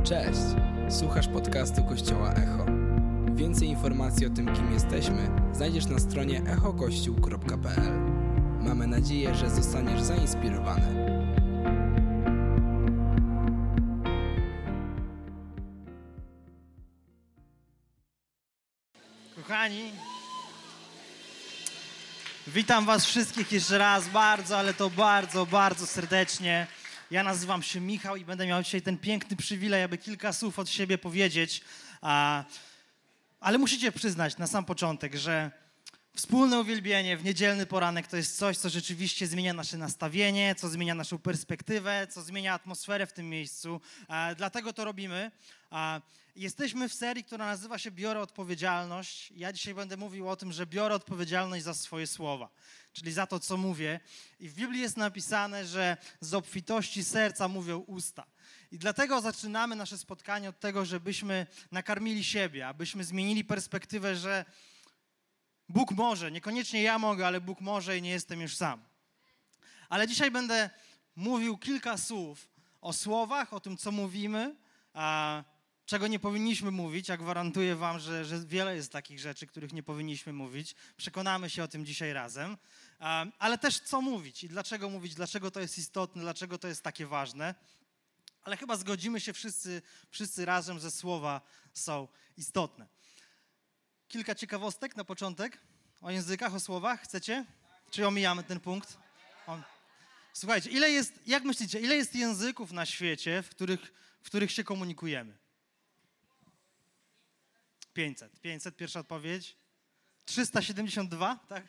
Cześć! Słuchasz podcastu Kościoła Echo. Więcej informacji o tym, kim jesteśmy, znajdziesz na stronie echokościół.pl. Mamy nadzieję, że zostaniesz zainspirowany. Kochani, witam was wszystkich jeszcze raz bardzo, ale to bardzo serdecznie. Ja nazywam się Michał i będę miał dzisiaj ten piękny przywilej, aby kilka słów od siebie powiedzieć. Ale musicie przyznać na sam początek, że wspólne uwielbienie w niedzielny poranek to jest coś, co rzeczywiście zmienia nasze nastawienie, co zmienia naszą perspektywę, co zmienia atmosferę w tym miejscu. Dlatego to robimy. Jesteśmy w serii, która nazywa się Biorę odpowiedzialność. Ja dzisiaj będę mówił o tym, że biorę odpowiedzialność za swoje słowa, czyli za to, co mówię. I w Biblii jest napisane, że z obfitości serca mówią usta. I dlatego zaczynamy nasze spotkanie od tego, żebyśmy nakarmili siebie, abyśmy zmienili perspektywę, że Bóg może, niekoniecznie ja mogę, ale Bóg może i nie jestem już sam. Ale dzisiaj będę mówił kilka słów o słowach, o tym, co mówimy, czego nie powinniśmy mówić. Ja gwarantuję wam, że wiele jest takich rzeczy, których nie powinniśmy mówić. Przekonamy się o tym dzisiaj razem. Ale też co mówić i dlaczego mówić, dlaczego to jest istotne, dlaczego to jest takie ważne. Ale chyba zgodzimy się wszyscy razem, że słowa są istotne. Kilka ciekawostek na początek o językach, o słowach. Chcecie? Czy omijamy ten punkt? Słuchajcie, jak myślicie, ile jest języków na świecie, w których się komunikujemy? 500, pierwsza odpowiedź. 372, tak?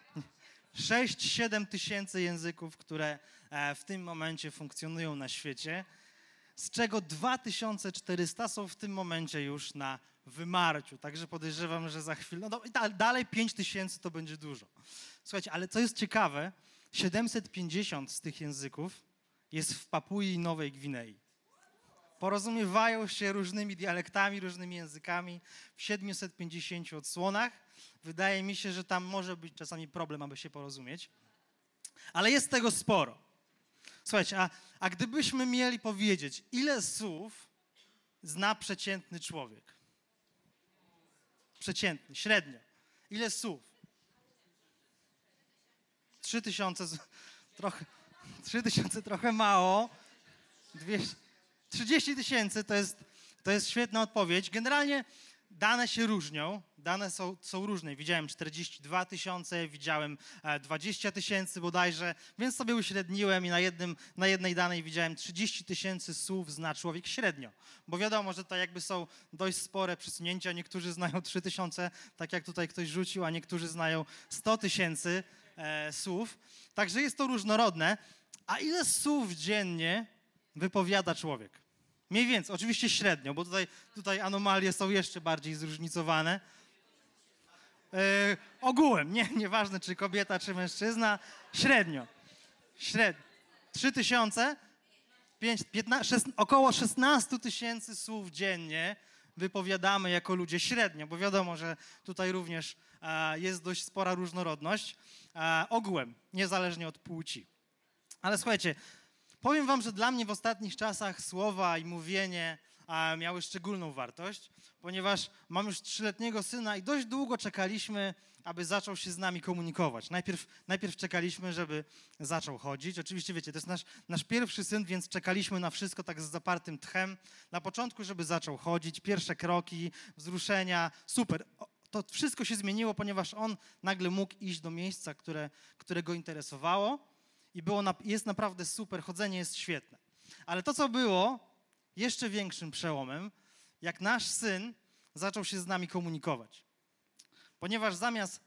6-7 tysięcy języków, które w tym momencie funkcjonują na świecie, z czego 2400 są w tym momencie już na wymarciu. Także podejrzewam, że za chwilę, dalej 5000 to będzie dużo. Słuchajcie, ale co jest ciekawe, 750 z tych języków jest w Papui Nowej Gwinei. Porozumiewają się różnymi dialektami, różnymi językami w 750 odsłonach. Wydaje mi się, że tam może być czasami problem, aby się porozumieć. Ale jest tego sporo. Słuchajcie, a gdybyśmy mieli powiedzieć, ile słów zna przeciętny człowiek? Przeciętny, średnio. Ile słów? 3000, trochę mało. 30 tysięcy to jest świetna odpowiedź. Generalnie dane się różnią. Dane są różne. Widziałem 42 tysiące, widziałem 20 tysięcy bodajże, więc sobie uśredniłem i na jednej danej widziałem 30 tysięcy słów zna człowiek średnio. Bo wiadomo, że to jakby są dość spore przesunięcia. Niektórzy znają 3 tysiące, tak jak tutaj ktoś rzucił, a niektórzy znają 100 tysięcy słów. Także jest to różnorodne. A ile słów dziennie wypowiada człowiek? Mniej więcej, oczywiście średnio, bo tutaj anomalie są jeszcze bardziej zróżnicowane. Ogółem, nieważne czy kobieta, czy mężczyzna, średnio. 3000, około 16 tysięcy słów dziennie wypowiadamy jako ludzie średnio, bo wiadomo, że tutaj również jest dość spora różnorodność. Ogółem, niezależnie od płci. Ale słuchajcie, powiem wam, że dla mnie w ostatnich czasach słowa i mówienie miały szczególną wartość, ponieważ mam już 3-letniego syna i dość długo czekaliśmy, aby zaczął się z nami komunikować. Najpierw czekaliśmy, żeby zaczął chodzić. Oczywiście wiecie, to jest nasz pierwszy syn, więc czekaliśmy na wszystko tak z zapartym tchem. Na początku, żeby zaczął chodzić, pierwsze kroki, wzruszenia, super. To wszystko się zmieniło, ponieważ on nagle mógł iść do miejsca, które go interesowało. I jest naprawdę super, chodzenie jest świetne. Ale to, co było jeszcze większym przełomem, jak nasz syn zaczął się z nami komunikować. Ponieważ zamiast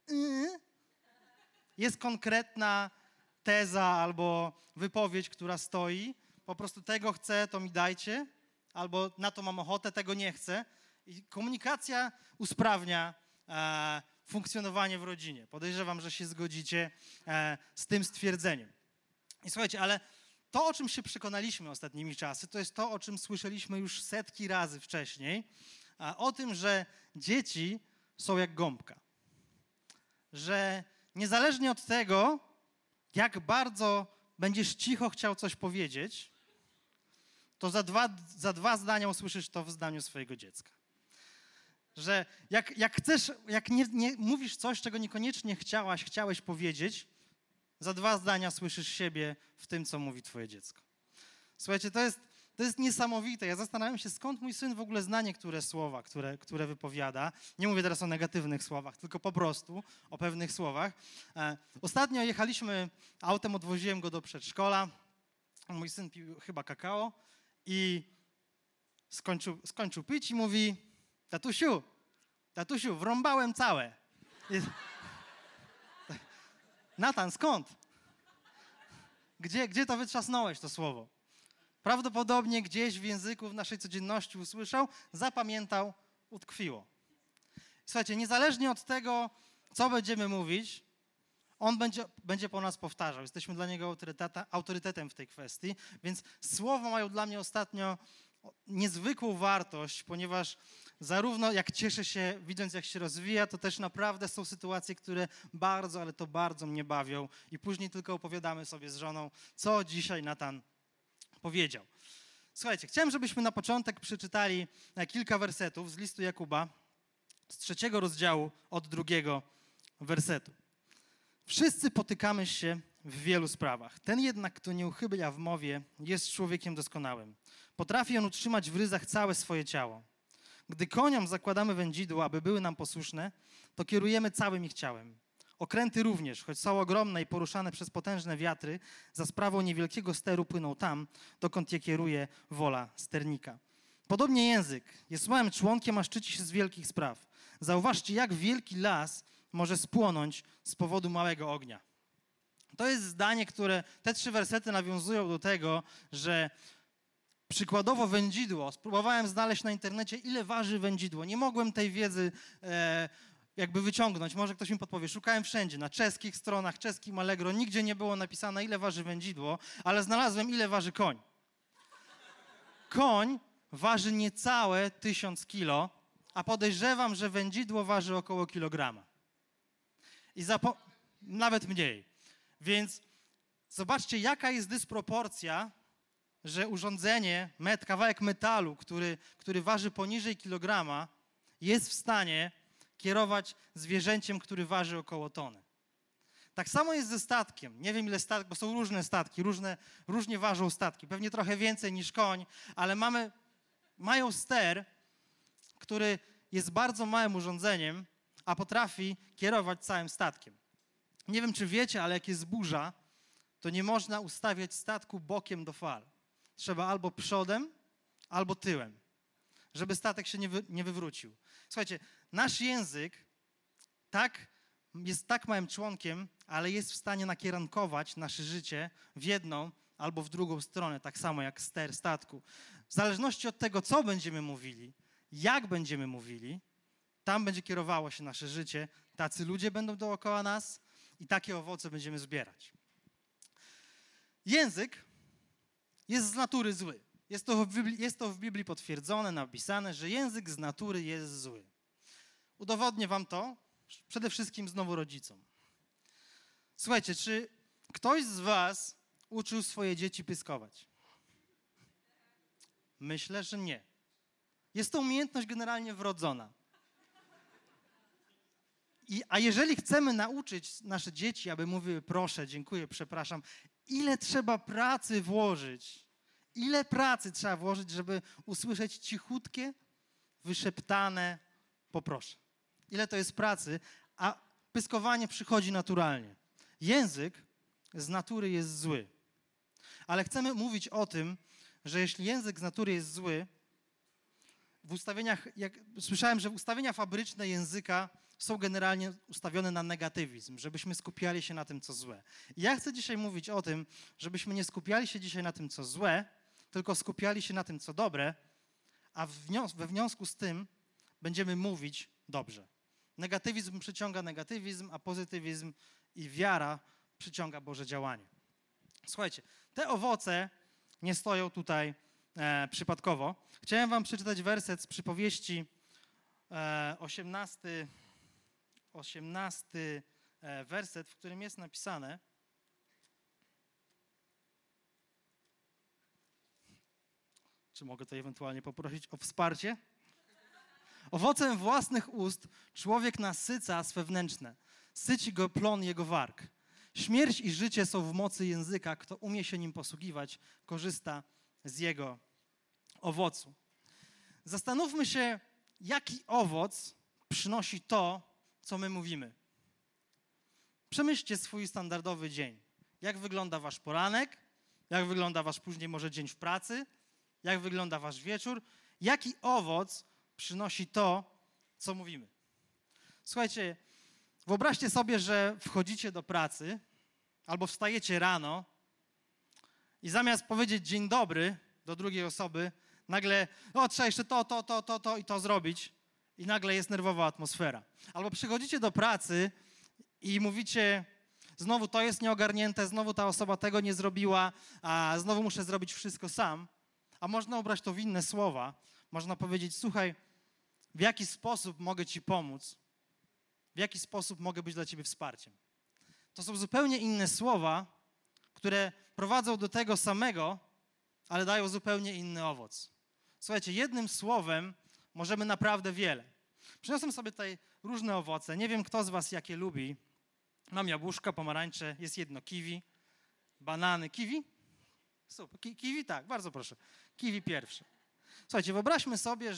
jest konkretna teza albo wypowiedź, która stoi, po prostu tego chcę, to mi dajcie, albo na to mam ochotę, tego nie chcę. I komunikacja usprawnia funkcjonowanie w rodzinie. Podejrzewam, że się zgodzicie z tym stwierdzeniem. I słuchajcie, ale to, o czym się przekonaliśmy ostatnimi czasy, to jest to, o czym słyszeliśmy już setki razy wcześniej, o tym, że dzieci są jak gąbka. Że niezależnie od tego, jak bardzo będziesz cicho chciał coś powiedzieć, to za dwa zdania usłyszysz to w zdaniu swojego dziecka. Że jak chcesz, jak nie mówisz coś, czego niekoniecznie chciałeś powiedzieć, za dwa zdania słyszysz siebie w tym, co mówi twoje dziecko. Słuchajcie, to jest niesamowite. Ja zastanawiam się, skąd mój syn w ogóle zna niektóre słowa, które wypowiada. Nie mówię teraz o negatywnych słowach, tylko po prostu o pewnych słowach. Ostatnio jechaliśmy autem, odwoziłem go do przedszkola. Mój syn pił chyba kakao i skończył pić i mówi: tatusiu, wrąbałem całe. Natan, skąd? Gdzie to wytrzasnąłeś, to słowo? Prawdopodobnie gdzieś w języku, w naszej codzienności usłyszał, zapamiętał, utkwiło. Słuchajcie, niezależnie od tego, co będziemy mówić, on będzie po nas powtarzał. Jesteśmy dla niego autorytetem w tej kwestii, więc słowa mają dla mnie ostatnio niezwykłą wartość, ponieważ zarówno jak cieszę się, widząc jak się rozwija, to też naprawdę są sytuacje, które bardzo, ale to bardzo mnie bawią i później tylko opowiadamy sobie z żoną, co dzisiaj Natan powiedział. Słuchajcie, chciałem, żebyśmy na początek przeczytali kilka wersetów z listu Jakuba, z 3 rozdziału, od 2 wersetu. Wszyscy potykamy się w wielu sprawach. Ten jednak, kto nie uchybia w mowie, jest człowiekiem doskonałym. Potrafi on utrzymać w ryzach całe swoje ciało. Gdy koniom zakładamy wędzidło, aby były nam posłuszne, to kierujemy całym ich ciałem. Okręty również, choć są ogromne i poruszane przez potężne wiatry, za sprawą niewielkiego steru płyną tam, dokąd je kieruje wola sternika. Podobnie język jest małym członkiem, a szczyci się z wielkich spraw. Zauważcie, jak wielki las może spłonąć z powodu małego ognia. To jest zdanie, te 3 wersety nawiązują do tego, że przykładowo wędzidło, spróbowałem znaleźć na internecie, ile waży wędzidło. Nie mogłem tej wiedzy jakby wyciągnąć, może ktoś mi podpowie. Szukałem wszędzie, na czeskich stronach, czeskim Allegro, nigdzie nie było napisane, ile waży wędzidło, ale znalazłem, ile waży koń. Koń waży niecałe 1000 kilo, a podejrzewam, że wędzidło waży około kilograma. Nawet mniej. Więc zobaczcie, jaka jest dysproporcja, że urządzenie, kawałek metalu, który waży poniżej kilograma, jest w stanie kierować zwierzęciem, który waży około tony. Tak samo jest ze statkiem. Nie wiem, ile statków, bo są różne statki, różnie ważą statki. Pewnie trochę więcej niż koń, ale mają ster, który jest bardzo małym urządzeniem, a potrafi kierować całym statkiem. Nie wiem, czy wiecie, ale jak jest burza, to nie można ustawiać statku bokiem do fal. Trzeba albo przodem, albo tyłem, żeby statek się nie wywrócił. Słuchajcie, nasz język jest tak małym członkiem, ale jest w stanie nakierunkować nasze życie w jedną albo w drugą stronę, tak samo jak ster statku. W zależności od tego, co będziemy mówili, jak będziemy mówili, tam będzie kierowało się nasze życie, tacy ludzie będą dookoła nas i takie owoce będziemy zbierać. Język jest z natury zły. Jest to w Biblii potwierdzone, napisane, że język z natury jest zły. Udowodnię wam to przede wszystkim znowu rodzicom. Słuchajcie, czy ktoś z was uczył swoje dzieci pyskować? Myślę, że nie. Jest to umiejętność generalnie wrodzona. A jeżeli chcemy nauczyć nasze dzieci, aby mówiły proszę, dziękuję, przepraszam, ile trzeba pracy włożyć? Ile pracy trzeba włożyć, żeby usłyszeć cichutkie, wyszeptane poproszę? Ile to jest pracy, a pyskowanie przychodzi naturalnie. Język z natury jest zły. Ale chcemy mówić o tym, że jeśli język z natury jest zły, słyszałem, że ustawienia fabryczne języka są generalnie ustawione na negatywizm, żebyśmy skupiali się na tym, co złe. I ja chcę dzisiaj mówić o tym, żebyśmy nie skupiali się dzisiaj na tym, co złe, tylko skupiali się na tym, co dobre, a we wniosku z tym będziemy mówić dobrze. Negatywizm przyciąga negatywizm, a pozytywizm i wiara przyciąga Boże działanie. Słuchajcie, te owoce nie stoją tutaj przypadkowo. Chciałem wam przeczytać werset z przypowieści 18 werset, w którym jest napisane: Czy mogę tutaj ewentualnie poprosić o wsparcie? Owocem własnych ust człowiek nasyca swe wnętrzne. Syci go plon jego warg. Śmierć i życie są w mocy języka. Kto umie się nim posługiwać, korzysta z jego owocu. Zastanówmy się, jaki owoc przynosi to, co my mówimy. Przemyślcie swój standardowy dzień. Jak wygląda wasz poranek? Jak wygląda wasz później może dzień w pracy? Jak wygląda wasz wieczór? Jaki owoc przynosi to, co mówimy? Słuchajcie, wyobraźcie sobie, że wchodzicie do pracy albo wstajecie rano i zamiast powiedzieć dzień dobry do drugiej osoby, nagle, trzeba jeszcze to i to zrobić i nagle jest nerwowa atmosfera. Albo przychodzicie do pracy i mówicie, znowu to jest nieogarnięte, znowu ta osoba tego nie zrobiła, a znowu muszę zrobić wszystko sam. A można ubrać to w inne słowa. Można powiedzieć, słuchaj, w jaki sposób mogę ci pomóc? W jaki sposób mogę być dla ciebie wsparciem? To są zupełnie inne słowa, które prowadzą do tego samego, ale dają zupełnie inny owoc. Słuchajcie, jednym słowem możemy naprawdę wiele. Przyniosłem sobie tutaj różne owoce. Nie wiem, kto z was jakie lubi. Mam jabłuszka, pomarańcze, jest jedno kiwi, banany. Kiwi? Super. Kiwi? Tak, bardzo proszę. Kiwi pierwsze. Słuchajcie, wyobraźmy sobie,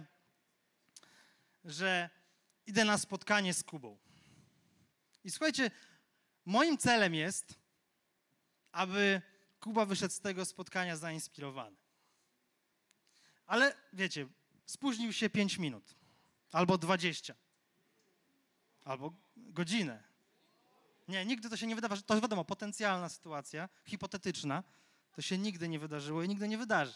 że idę na spotkanie z Kubą. I słuchajcie, moim celem jest, aby Kuba wyszedł z tego spotkania zainspirowany. Ale wiecie, spóźnił się 5 minut, albo 20, albo godzinę. Nie, nigdy to się nie wydarzy. To wiadomo, potencjalna sytuacja, hipotetyczna. To się nigdy nie wydarzyło i nigdy nie wydarzy.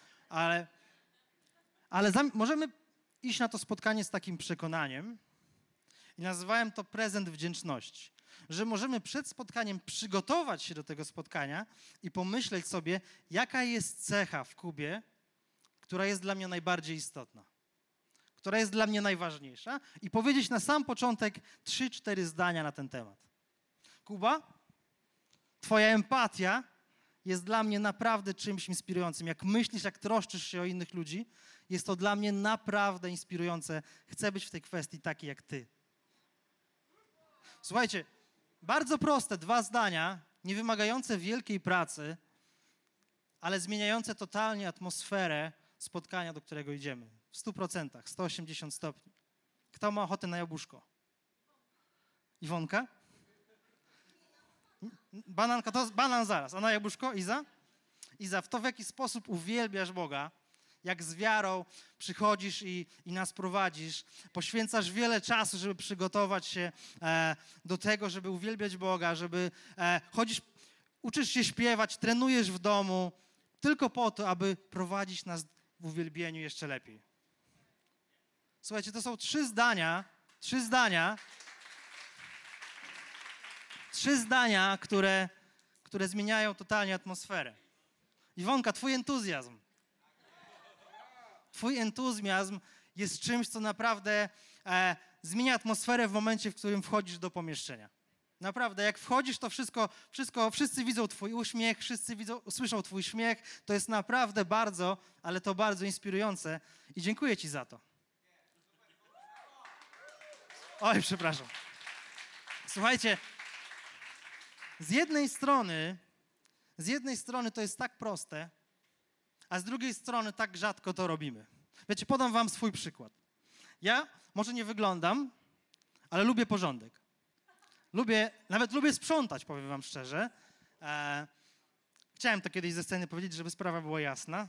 Ale możemy iść na to spotkanie z takim przekonaniem i nazywałem to prezent wdzięczności. Że możemy przed spotkaniem przygotować się do tego spotkania i pomyśleć sobie, jaka jest cecha w Kubie, która jest dla mnie najbardziej istotna, która jest dla mnie najważniejsza i powiedzieć na sam początek 3-4 zdania na ten temat. Kuba, twoja empatia jest dla mnie naprawdę czymś inspirującym. Jak myślisz, jak troszczysz się o innych ludzi, jest to dla mnie naprawdę inspirujące. Chcę być w tej kwestii taki jak ty. Słuchajcie, bardzo proste 2 zdania, nie wymagające wielkiej pracy, ale zmieniające totalnie atmosferę spotkania, do którego idziemy. W 100%, 180 stopni. Kto ma ochotę na jabłuszko? Iwonka? Bananka, to banan zaraz. A na jabłuszko? Iza? Iza, w to w jaki sposób uwielbiasz Boga, jak z wiarą przychodzisz i nas prowadzisz, poświęcasz wiele czasu, żeby przygotować się do tego, żeby uwielbiać Boga, żeby chodzisz, uczysz się śpiewać, trenujesz w domu, tylko po to, aby prowadzić nas w uwielbieniu jeszcze lepiej. Słuchajcie, to są 3 zdania, które zmieniają totalnie atmosferę. Iwonka, twój entuzjazm jest czymś, co naprawdę zmienia atmosferę w momencie, w którym wchodzisz do pomieszczenia. Naprawdę, jak wchodzisz, to wszyscy widzą twój uśmiech, słyszą twój śmiech. To jest naprawdę bardzo, ale to bardzo inspirujące i dziękuję ci za to. Oj, przepraszam. Słuchajcie, z jednej strony to jest tak proste, a z drugiej strony tak rzadko to robimy. Wiecie, podam wam swój przykład. Ja może nie wyglądam, ale lubię porządek. Nawet lubię sprzątać, powiem wam szczerze. Chciałem to kiedyś ze sceny powiedzieć, żeby sprawa była jasna.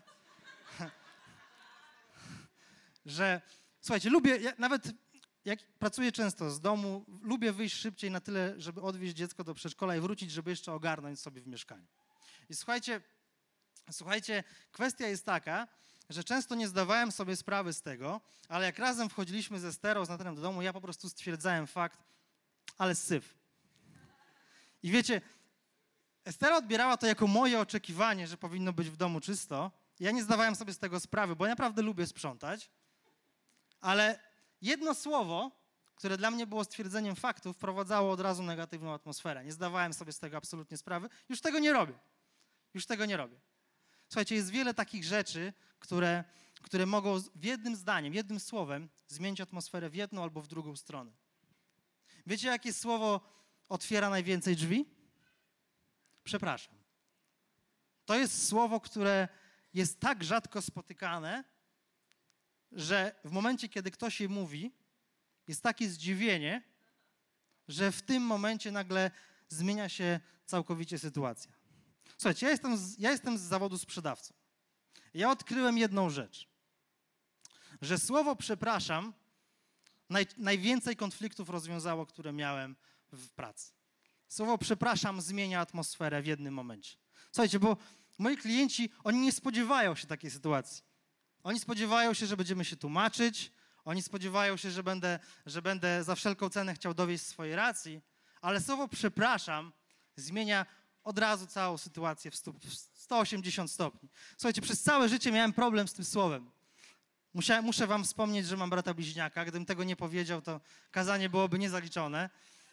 Słuchajcie, nawet jak pracuję często z domu, lubię wyjść szybciej na tyle, żeby odwieźć dziecko do przedszkola i wrócić, żeby jeszcze ogarnąć sobie w mieszkaniu. I słuchajcie, kwestia jest taka, że często nie zdawałem sobie sprawy z tego, ale jak razem wchodziliśmy ze Sterą, z Natanem do domu, ja po prostu stwierdzałem fakt, ale syf. I wiecie, Estera odbierała to jako moje oczekiwanie, że powinno być w domu czysto. Ja nie zdawałem sobie z tego sprawy, bo ja naprawdę lubię sprzątać, ale jedno słowo, które dla mnie było stwierdzeniem faktu, wprowadzało od razu negatywną atmosferę. Nie zdawałem sobie z tego absolutnie sprawy. Już tego nie robię. Słuchajcie, jest wiele takich rzeczy, które mogą w jednym zdaniem, jednym słowem zmienić atmosferę w jedną albo w drugą stronę. Wiecie, jakie słowo otwiera najwięcej drzwi? Przepraszam. To jest słowo, które jest tak rzadko spotykane, że w momencie, kiedy ktoś je mówi, jest takie zdziwienie, że w tym momencie nagle zmienia się całkowicie sytuacja. Słuchajcie, ja jestem z zawodu sprzedawcą. Ja odkryłem jedną rzecz, że słowo przepraszam najwięcej konfliktów rozwiązało, które miałem w pracy. Słowo przepraszam zmienia atmosferę w jednym momencie. Słuchajcie, bo moi klienci, oni nie spodziewają się takiej sytuacji. Oni spodziewają się, że będziemy się tłumaczyć, oni spodziewają się, że będę za wszelką cenę chciał dowieść swojej racji, ale słowo przepraszam zmienia od razu całą sytuację w 180 stopni. Słuchajcie, przez całe życie miałem problem z tym słowem. Muszę wam wspomnieć, że mam brata bliźniaka. Gdybym tego nie powiedział, to kazanie byłoby niezaliczone.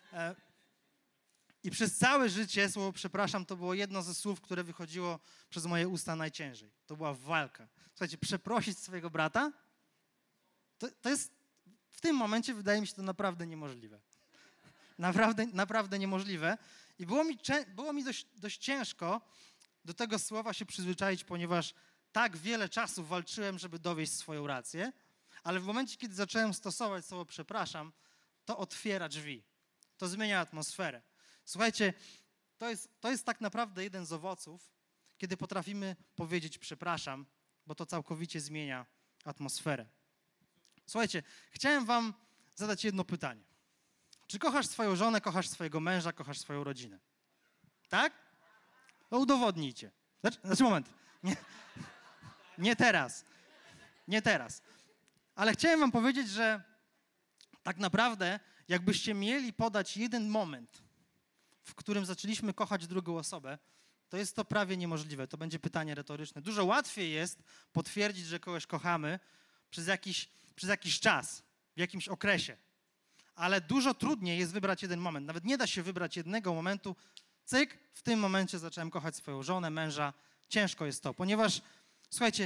I przez całe życie słowo przepraszam to było jedno ze słów, które wychodziło przez moje usta najciężej. To była walka. Słuchajcie, przeprosić swojego brata, to jest, w tym momencie wydaje mi się to naprawdę niemożliwe. Naprawdę niemożliwe. I było mi dość ciężko do tego słowa się przyzwyczaić, ponieważ tak wiele czasu walczyłem, żeby dowieść swoją rację, ale w momencie, kiedy zacząłem stosować słowo przepraszam, to otwiera drzwi. To zmienia atmosferę. Słuchajcie, to jest tak naprawdę jeden z owoców, kiedy potrafimy powiedzieć przepraszam, bo to całkowicie zmienia atmosferę. Słuchajcie, chciałem wam zadać jedno pytanie. Czy kochasz swoją żonę, kochasz swojego męża, kochasz swoją rodzinę? Tak? No udowodnijcie. Znaczy moment. Nie teraz. Nie teraz. Ale chciałem wam powiedzieć, że tak naprawdę jakbyście mieli podać jeden moment, w którym zaczęliśmy kochać drugą osobę, to jest to prawie niemożliwe. To będzie pytanie retoryczne. Dużo łatwiej jest potwierdzić, że kogoś kochamy przez jakiś czas, w jakimś okresie. Ale dużo trudniej jest wybrać jeden moment. Nawet nie da się wybrać jednego momentu. Cyk, w tym momencie zacząłem kochać swoją żonę, męża. Ciężko jest to, ponieważ, słuchajcie,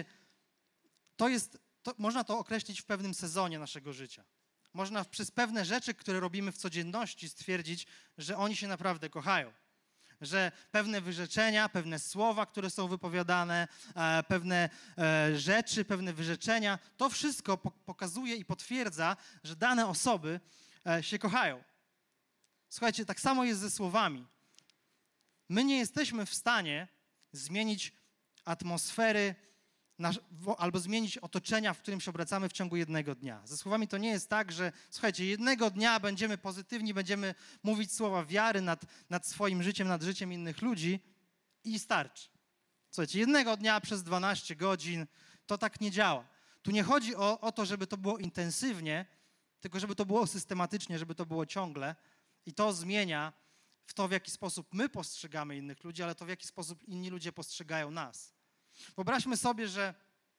można to określić w pewnym sezonie naszego życia. Można przez pewne rzeczy, które robimy w codzienności, stwierdzić, że oni się naprawdę kochają. Że pewne wyrzeczenia, pewne słowa, które są wypowiadane, pewne rzeczy, pewne wyrzeczenia, to wszystko pokazuje i potwierdza, że dane osoby się kochają. Słuchajcie, tak samo jest ze słowami. My nie jesteśmy w stanie zmienić atmosfery albo zmienić otoczenia, w którym się obracamy w ciągu jednego dnia. Ze słowami to nie jest tak, że słuchajcie, jednego dnia będziemy pozytywni, będziemy mówić słowa wiary nad swoim życiem, nad życiem innych ludzi i starczy. Słuchajcie, jednego dnia przez 12 godzin to tak nie działa. Tu nie chodzi o to, żeby to było intensywnie, tylko żeby to było systematycznie, żeby to było ciągle i to zmienia w to, w jaki sposób my postrzegamy innych ludzi, ale to, w jaki sposób inni ludzie postrzegają nas. Wyobraźmy sobie, że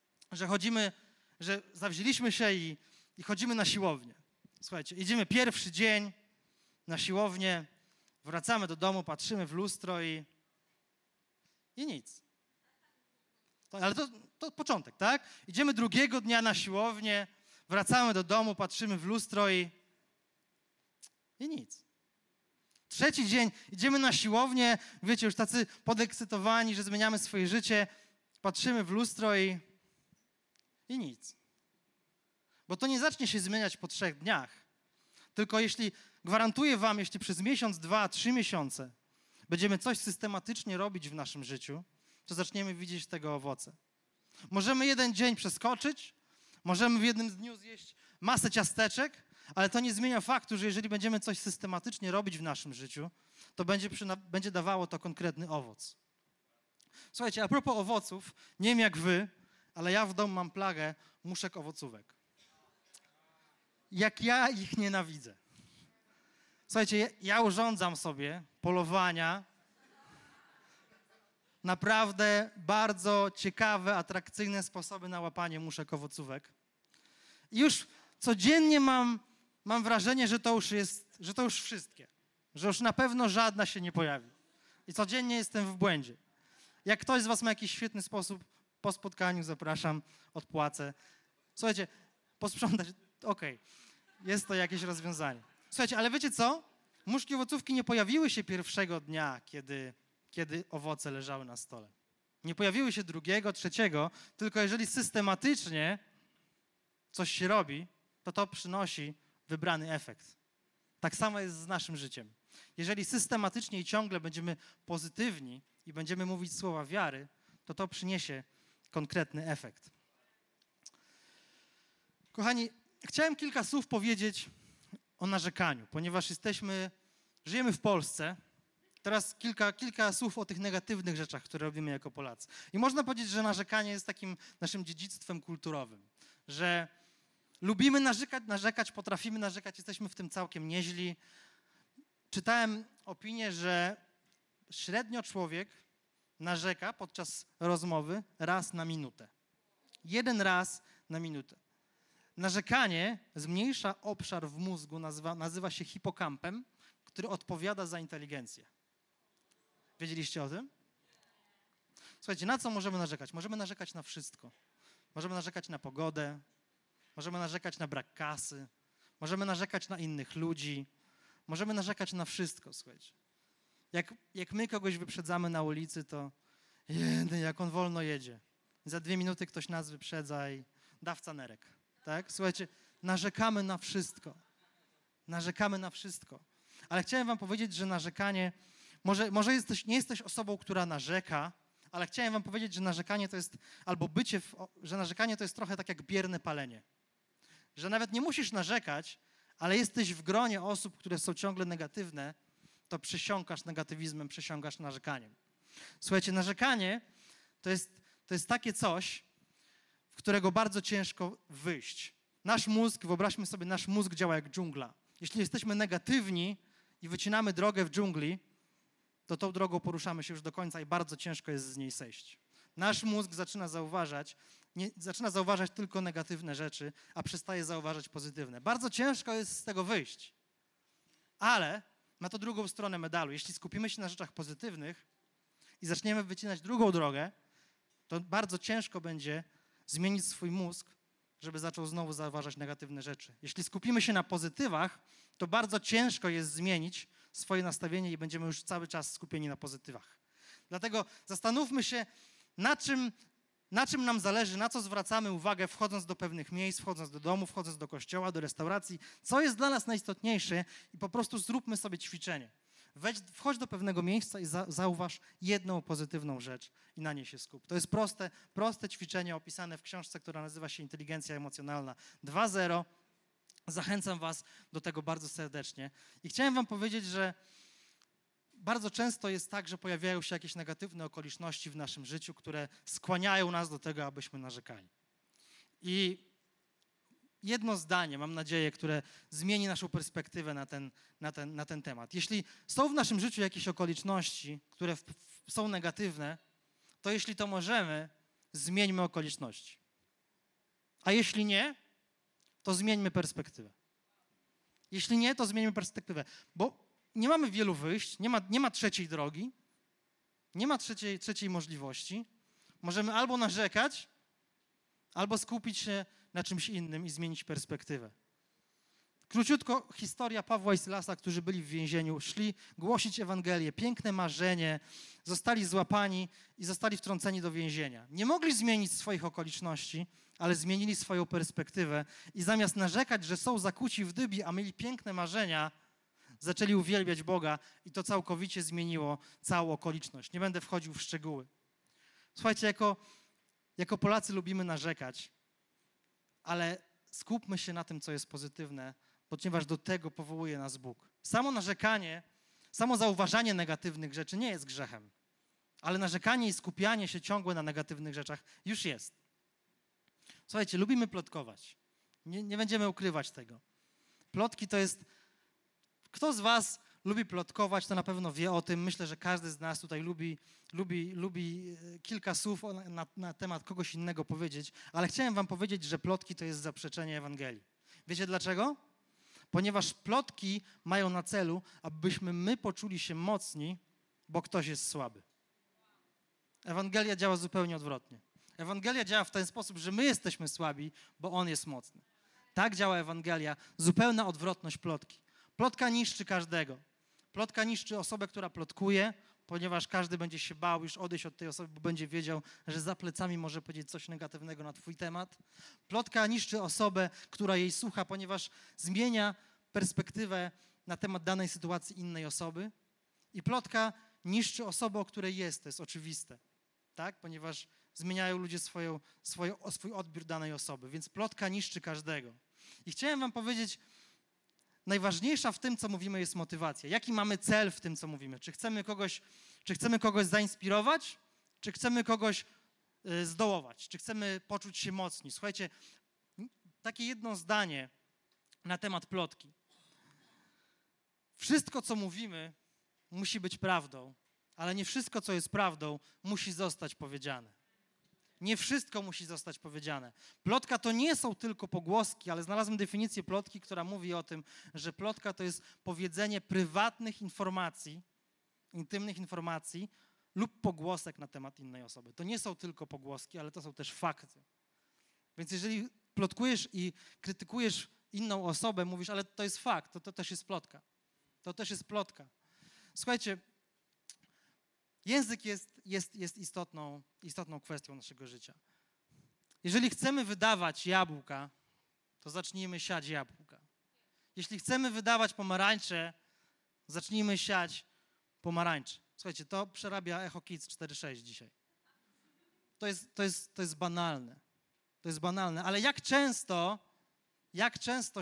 zawzięliśmy się i chodzimy na siłownię. Słuchajcie, idziemy pierwszy dzień na siłownię, wracamy do domu, patrzymy w lustro i nic. Ale to początek, tak? Idziemy drugiego dnia na siłownię, wracamy do domu, patrzymy w lustro i nic. Trzeci dzień, idziemy na siłownię, wiecie, już tacy podekscytowani, że zmieniamy swoje życie, patrzymy w lustro i nic. Bo to nie zacznie się zmieniać po 3 dniach. Tylko gwarantuję wam, jeśli przez miesiąc, 2, 3 miesiące będziemy coś systematycznie robić w naszym życiu, to zaczniemy widzieć tego owoce. Możemy jeden dzień przeskoczyć, możemy w jednym dniu zjeść masę ciasteczek, ale to nie zmienia faktu, że jeżeli będziemy coś systematycznie robić w naszym życiu, to będzie dawało to konkretny owoc. Słuchajcie, a propos owoców, nie wiem jak wy, ale ja w domu mam plagę muszek owocówek. Jak ja ich nienawidzę. Słuchajcie, ja urządzam sobie polowania, naprawdę bardzo ciekawe, atrakcyjne sposoby na łapanie muszek owocówek. I już codziennie mam wrażenie, że to już wszystkie. Że już na pewno żadna się nie pojawi. I codziennie jestem w błędzie. Jak ktoś z was ma jakiś świetny sposób po spotkaniu zapraszam, odpłacę. Słuchajcie, posprzątać, okej, jest to jakieś rozwiązanie. Słuchajcie, ale wiecie co? Muszki owocówki nie pojawiły się pierwszego dnia, kiedy owoce leżały na stole. Nie pojawiły się drugiego, trzeciego, tylko jeżeli systematycznie coś się robi, to przynosi wybrany efekt. Tak samo jest z naszym życiem. Jeżeli systematycznie i ciągle będziemy pozytywni i będziemy mówić słowa wiary, to przyniesie konkretny efekt. Kochani, chciałem kilka słów powiedzieć o narzekaniu, ponieważ żyjemy w Polsce. Teraz kilka słów o tych negatywnych rzeczach, które robimy jako Polacy. I można powiedzieć, że narzekanie jest takim naszym dziedzictwem kulturowym, że lubimy narzekać, potrafimy narzekać, jesteśmy w tym całkiem nieźli. Czytałem opinię, że średnio człowiek narzeka podczas rozmowy raz na minutę. 1 raz na minutę. Narzekanie zmniejsza obszar w mózgu, nazywa się hipokampem, który odpowiada za inteligencję. Wiedzieliście o tym? Słuchajcie, na co możemy narzekać? Możemy narzekać na wszystko. Możemy narzekać na pogodę, możemy narzekać na brak kasy, możemy narzekać na innych ludzi, możemy narzekać na wszystko, słuchajcie. Jak my kogoś wyprzedzamy na ulicy, to jak on wolno jedzie. Za 2 minuty ktoś nas wyprzedza i dawca nerek. Tak? Słuchajcie, narzekamy na wszystko. Narzekamy na wszystko. Ale chciałem wam powiedzieć, że narzekanie, może nie jesteś osobą, która narzeka, ale chciałem wam powiedzieć, że narzekanie to jest, że narzekanie to jest trochę tak jak bierne palenie. Że nawet nie musisz narzekać, ale jesteś w gronie osób, które są ciągle negatywne, to przysiąkasz negatywizmem, przysiąkasz narzekaniem. Słuchajcie, narzekanie to jest takie coś, w którego bardzo ciężko wyjść. Nasz mózg, wyobraźmy sobie, nasz mózg działa jak dżungla. Jeśli jesteśmy negatywni i wycinamy drogę w dżungli, to tą drogą poruszamy się już do końca i bardzo ciężko jest z niej zejść. Nasz mózg zaczyna zauważać tylko negatywne rzeczy, a przestaje zauważać pozytywne. Bardzo ciężko jest z tego wyjść. Ale ma to drugą stronę medalu. Jeśli skupimy się na rzeczach pozytywnych i zaczniemy wycinać drugą drogę, to bardzo ciężko będzie zmienić swój mózg, żeby zaczął znowu zauważać negatywne rzeczy. Jeśli skupimy się na pozytywach, to bardzo ciężko jest zmienić swoje nastawienie i będziemy już cały czas skupieni na pozytywach. Dlatego zastanówmy się, na czym nam zależy, na co zwracamy uwagę, wchodząc do pewnych miejsc, wchodząc do domu, wchodząc do kościoła, do restauracji, co jest dla nas najistotniejsze i po prostu zróbmy sobie ćwiczenie. Wchodź do pewnego miejsca i zauważ jedną pozytywną rzecz i na niej się skup. To jest proste ćwiczenie opisane w książce, która nazywa się Inteligencja Emocjonalna 2.0. Zachęcam was do tego bardzo serdecznie. I chciałem wam powiedzieć, że bardzo często jest tak, że pojawiają się jakieś negatywne okoliczności w naszym życiu, które skłaniają nas do tego, abyśmy narzekali. I jedno zdanie, mam nadzieję, które zmieni naszą perspektywę na ten temat. Jeśli są w naszym życiu jakieś okoliczności, które są negatywne, to jeśli to możemy, zmieńmy okoliczności. A jeśli nie, to zmieńmy perspektywę. Jeśli nie, to zmieńmy perspektywę, bo nie mamy wielu wyjść, nie ma trzeciej drogi, nie ma trzeciej możliwości. Możemy albo narzekać, albo skupić się na czymś innym i zmienić perspektywę. Króciutko historia Pawła i Sylasa, którzy byli w więzieniu, szli głosić Ewangelię, piękne marzenie, zostali złapani i zostali wtrąceni do więzienia. Nie mogli zmienić swoich okoliczności, ale zmienili swoją perspektywę i zamiast narzekać, że są zakuci w dybi, a mieli piękne marzenia, zaczęli uwielbiać Boga i to całkowicie zmieniło całą okoliczność. Nie będę wchodził w szczegóły. Słuchajcie, jako Polacy lubimy narzekać, ale skupmy się na tym, co jest pozytywne, ponieważ do tego powołuje nas Bóg. Samo narzekanie, samo zauważanie negatywnych rzeczy nie jest grzechem, ale narzekanie i skupianie się ciągłe na negatywnych rzeczach już jest. Słuchajcie, lubimy plotkować. Nie będziemy ukrywać tego. Plotki to jest... Kto z was lubi plotkować, to na pewno wie o tym. Myślę, że każdy z nas tutaj lubi kilka słów na temat kogoś innego powiedzieć, ale chciałem wam powiedzieć, że plotki to jest zaprzeczenie Ewangelii. Wiecie dlaczego? Ponieważ plotki mają na celu, abyśmy my poczuli się mocni, bo ktoś jest słaby. Ewangelia działa zupełnie odwrotnie. Ewangelia działa w ten sposób, że my jesteśmy słabi, bo On jest mocny. Tak działa Ewangelia, zupełna odwrotność plotki. Plotka niszczy każdego. Plotka niszczy osobę, która plotkuje, ponieważ każdy będzie się bał już odejść od tej osoby, bo będzie wiedział, że za plecami może powiedzieć coś negatywnego na twój temat. Plotka niszczy osobę, która jej słucha, ponieważ zmienia perspektywę na temat danej sytuacji innej osoby. I plotka niszczy osobę, o której jest, to jest oczywiste, tak? Ponieważ zmieniają ludzie swój odbiór danej osoby, więc plotka niszczy każdego. I chciałem wam powiedzieć, najważniejsza w tym, co mówimy, jest motywacja. Jaki mamy cel w tym, co mówimy? Czy chcemy kogoś zainspirować? Czy chcemy kogoś zdołować? Czy chcemy poczuć się mocni? Słuchajcie, takie jedno zdanie na temat plotki. Wszystko, co mówimy, musi być prawdą, ale nie wszystko, co jest prawdą, musi zostać powiedziane. Nie wszystko musi zostać powiedziane. Plotka to nie są tylko pogłoski, ale znalazłem definicję plotki, która mówi o tym, że plotka to jest powiedzenie prywatnych informacji, intymnych informacji lub pogłosek na temat innej osoby. To nie są tylko pogłoski, ale to są też fakty. Więc jeżeli plotkujesz i krytykujesz inną osobę, mówisz, ale to jest fakt, to też jest plotka. To też jest plotka. Słuchajcie, język jest istotną kwestią naszego życia. Jeżeli chcemy wydawać jabłka, to zacznijmy siać jabłka. Jeśli chcemy wydawać pomarańcze, zacznijmy siać pomarańcze. Słuchajcie, to przerabia Echo Kids 4.6 dzisiaj. To jest banalne. To jest banalne, ale jak często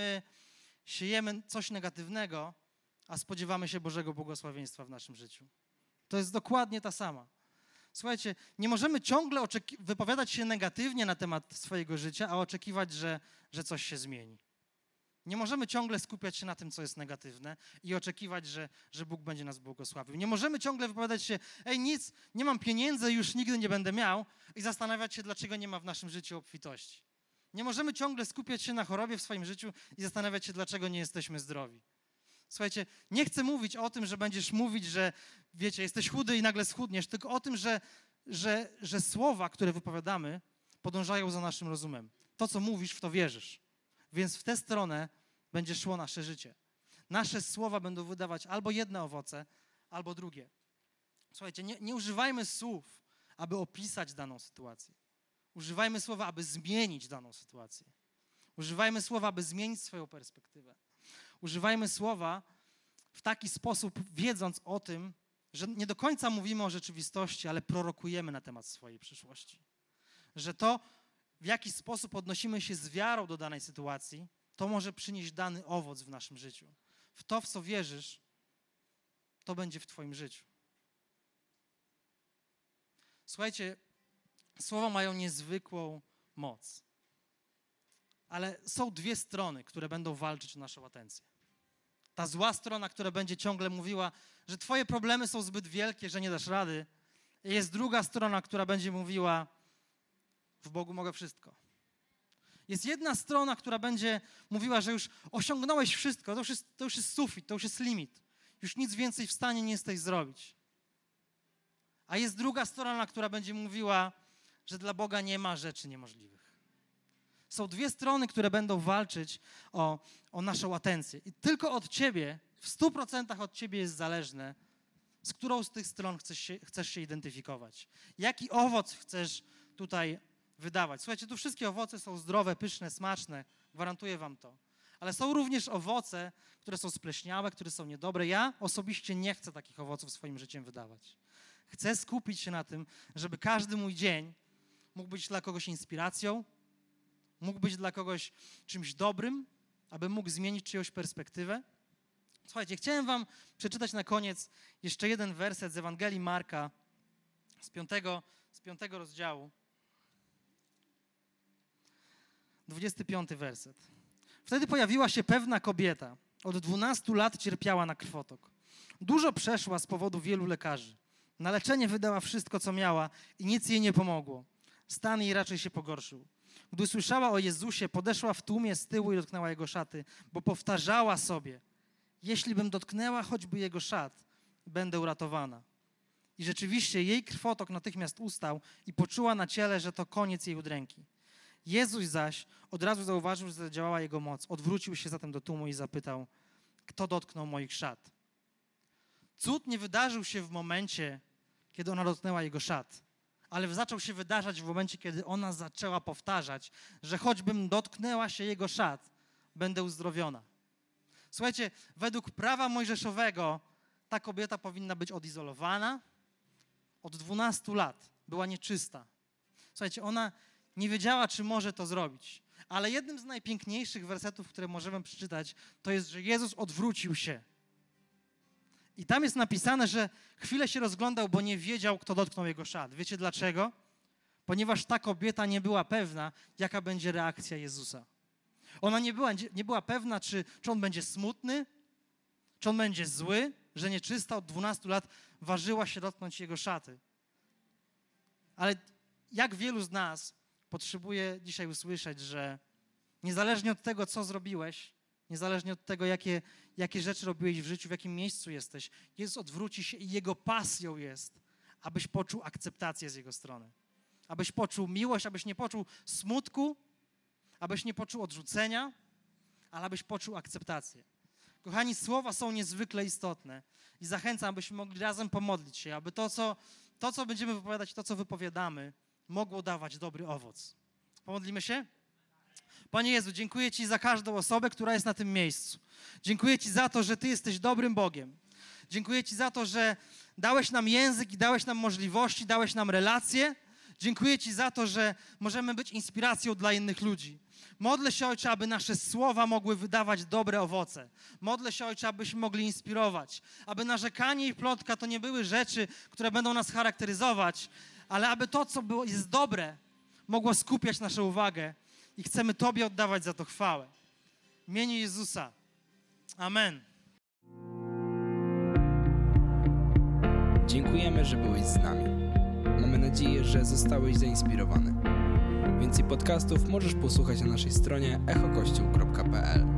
siejemy coś negatywnego, a spodziewamy się Bożego błogosławieństwa w naszym życiu. To jest dokładnie ta sama. Słuchajcie, nie możemy ciągle wypowiadać się negatywnie na temat swojego życia, a oczekiwać, że coś się zmieni. Nie możemy ciągle skupiać się na tym, co jest negatywne i oczekiwać, że Bóg będzie nas błogosławił. Nie możemy ciągle wypowiadać się, nic, nie mam pieniędzy, już nigdy nie będę miał i zastanawiać się, dlaczego nie ma w naszym życiu obfitości. Nie możemy ciągle skupiać się na chorobie w swoim życiu i zastanawiać się, dlaczego nie jesteśmy zdrowi. Słuchajcie, nie chcę mówić o tym, że będziesz mówić, że wiecie, jesteś chudy i nagle schudniesz, tylko o tym, że słowa, które wypowiadamy, podążają za naszym rozumem. To, co mówisz, w to wierzysz. Więc w tę stronę będzie szło nasze życie. Nasze słowa będą wydawać albo jedne owoce, albo drugie. Słuchajcie, nie używajmy słów, aby opisać daną sytuację. Używajmy słowa, aby zmienić daną sytuację. Używajmy słowa, aby zmienić swoją perspektywę. Używajmy słowa w taki sposób, wiedząc o tym, że nie do końca mówimy o rzeczywistości, ale prorokujemy na temat swojej przyszłości. Że to, w jaki sposób odnosimy się z wiarą do danej sytuacji, to może przynieść dany owoc w naszym życiu. W to, w co wierzysz, to będzie w twoim życiu. Słuchajcie, słowa mają niezwykłą moc. Ale są dwie strony, które będą walczyć o naszą atencję. Ta zła strona, która będzie ciągle mówiła, że twoje problemy są zbyt wielkie, że nie dasz rady. I jest druga strona, która będzie mówiła, w Bogu mogę wszystko. Jest jedna strona, która będzie mówiła, że już osiągnąłeś wszystko, to już jest sufit, to już jest limit. Już nic więcej w stanie nie jesteś zrobić. A jest druga strona, która będzie mówiła, że dla Boga nie ma rzeczy niemożliwych. Są dwie strony, które będą walczyć o naszą atencję. I tylko od ciebie, w 100% od ciebie jest zależne, z którą z tych stron chcesz się identyfikować. Jaki owoc chcesz tutaj wydawać. Słuchajcie, tu wszystkie owoce są zdrowe, pyszne, smaczne. Gwarantuję wam to. Ale są również owoce, które są spleśniałe, które są niedobre. Ja osobiście nie chcę takich owoców swoim życiem wydawać. Chcę skupić się na tym, żeby każdy mój dzień mógł być dla kogoś inspiracją, mógł być dla kogoś czymś dobrym, aby mógł zmienić czyjąś perspektywę. Słuchajcie, chciałem wam przeczytać na koniec jeszcze jeden werset z Ewangelii Marka z 5 rozdziału. 25 werset. Wtedy pojawiła się pewna kobieta. Od 12 lat cierpiała na krwotok. Dużo przeszła z powodu wielu lekarzy. Na leczenie wydała wszystko, co miała i nic jej nie pomogło. Stan jej raczej się pogorszył. Gdy słyszała o Jezusie, podeszła w tłumie z tyłu i dotknęła Jego szaty, bo powtarzała sobie, jeśli bym dotknęła choćby Jego szat, będę uratowana. I rzeczywiście jej krwotok natychmiast ustał i poczuła na ciele, że to koniec jej udręki. Jezus zaś od razu zauważył, że zadziałała jego moc. Odwrócił się zatem do tłumu i zapytał, kto dotknął moich szat? Cud nie wydarzył się w momencie, kiedy ona dotknęła jego szat, ale zaczął się wydarzać w momencie, kiedy ona zaczęła powtarzać, że choćbym dotknęła się jego szat, będę uzdrowiona. Słuchajcie, według prawa mojżeszowego ta kobieta powinna być odizolowana. Od 12 lat była nieczysta. Słuchajcie, ona nie wiedziała, czy może to zrobić. Ale jednym z najpiękniejszych wersetów, które możemy przeczytać, to jest, że Jezus odwrócił się. I tam jest napisane, że chwilę się rozglądał, bo nie wiedział, kto dotknął jego szat. Wiecie dlaczego? Ponieważ ta kobieta nie była pewna, jaka będzie reakcja Jezusa. Ona nie była pewna, czy on będzie smutny, czy on będzie zły, że nieczysta od 12 lat ważyła się dotknąć jego szaty. Ale jak wielu z nas potrzebuje dzisiaj usłyszeć, że niezależnie od tego, co zrobiłeś, niezależnie od tego, jakie rzeczy robiłeś w życiu, w jakim miejscu jesteś, Jezus odwróci się i Jego pasją jest, abyś poczuł akceptację z Jego strony. Abyś poczuł miłość, abyś nie poczuł smutku, abyś nie poczuł odrzucenia, ale abyś poczuł akceptację. Kochani, słowa są niezwykle istotne i zachęcam, abyśmy mogli razem pomodlić się, aby to, co będziemy wypowiadać, to, co wypowiadamy, mogło dawać dobry owoc. Pomodlimy się? Panie Jezu, dziękuję Ci za każdą osobę, która jest na tym miejscu. Dziękuję Ci za to, że Ty jesteś dobrym Bogiem. Dziękuję Ci za to, że dałeś nam język i dałeś nam możliwości, dałeś nam relacje. Dziękuję Ci za to, że możemy być inspiracją dla innych ludzi. Modlę się, Ojcze, aby nasze słowa mogły wydawać dobre owoce. Modlę się, Ojcze, abyśmy mogli inspirować. Aby narzekanie i plotka to nie były rzeczy, które będą nas charakteryzować, ale aby to, co jest dobre, mogło skupiać naszą uwagę i chcemy Tobie oddawać za to chwałę. W imieniu Jezusa. Amen. Dziękujemy, że byłeś z nami. Mamy nadzieję, że zostałeś zainspirowany. Więcej podcastów możesz posłuchać na naszej stronie echokościół.pl.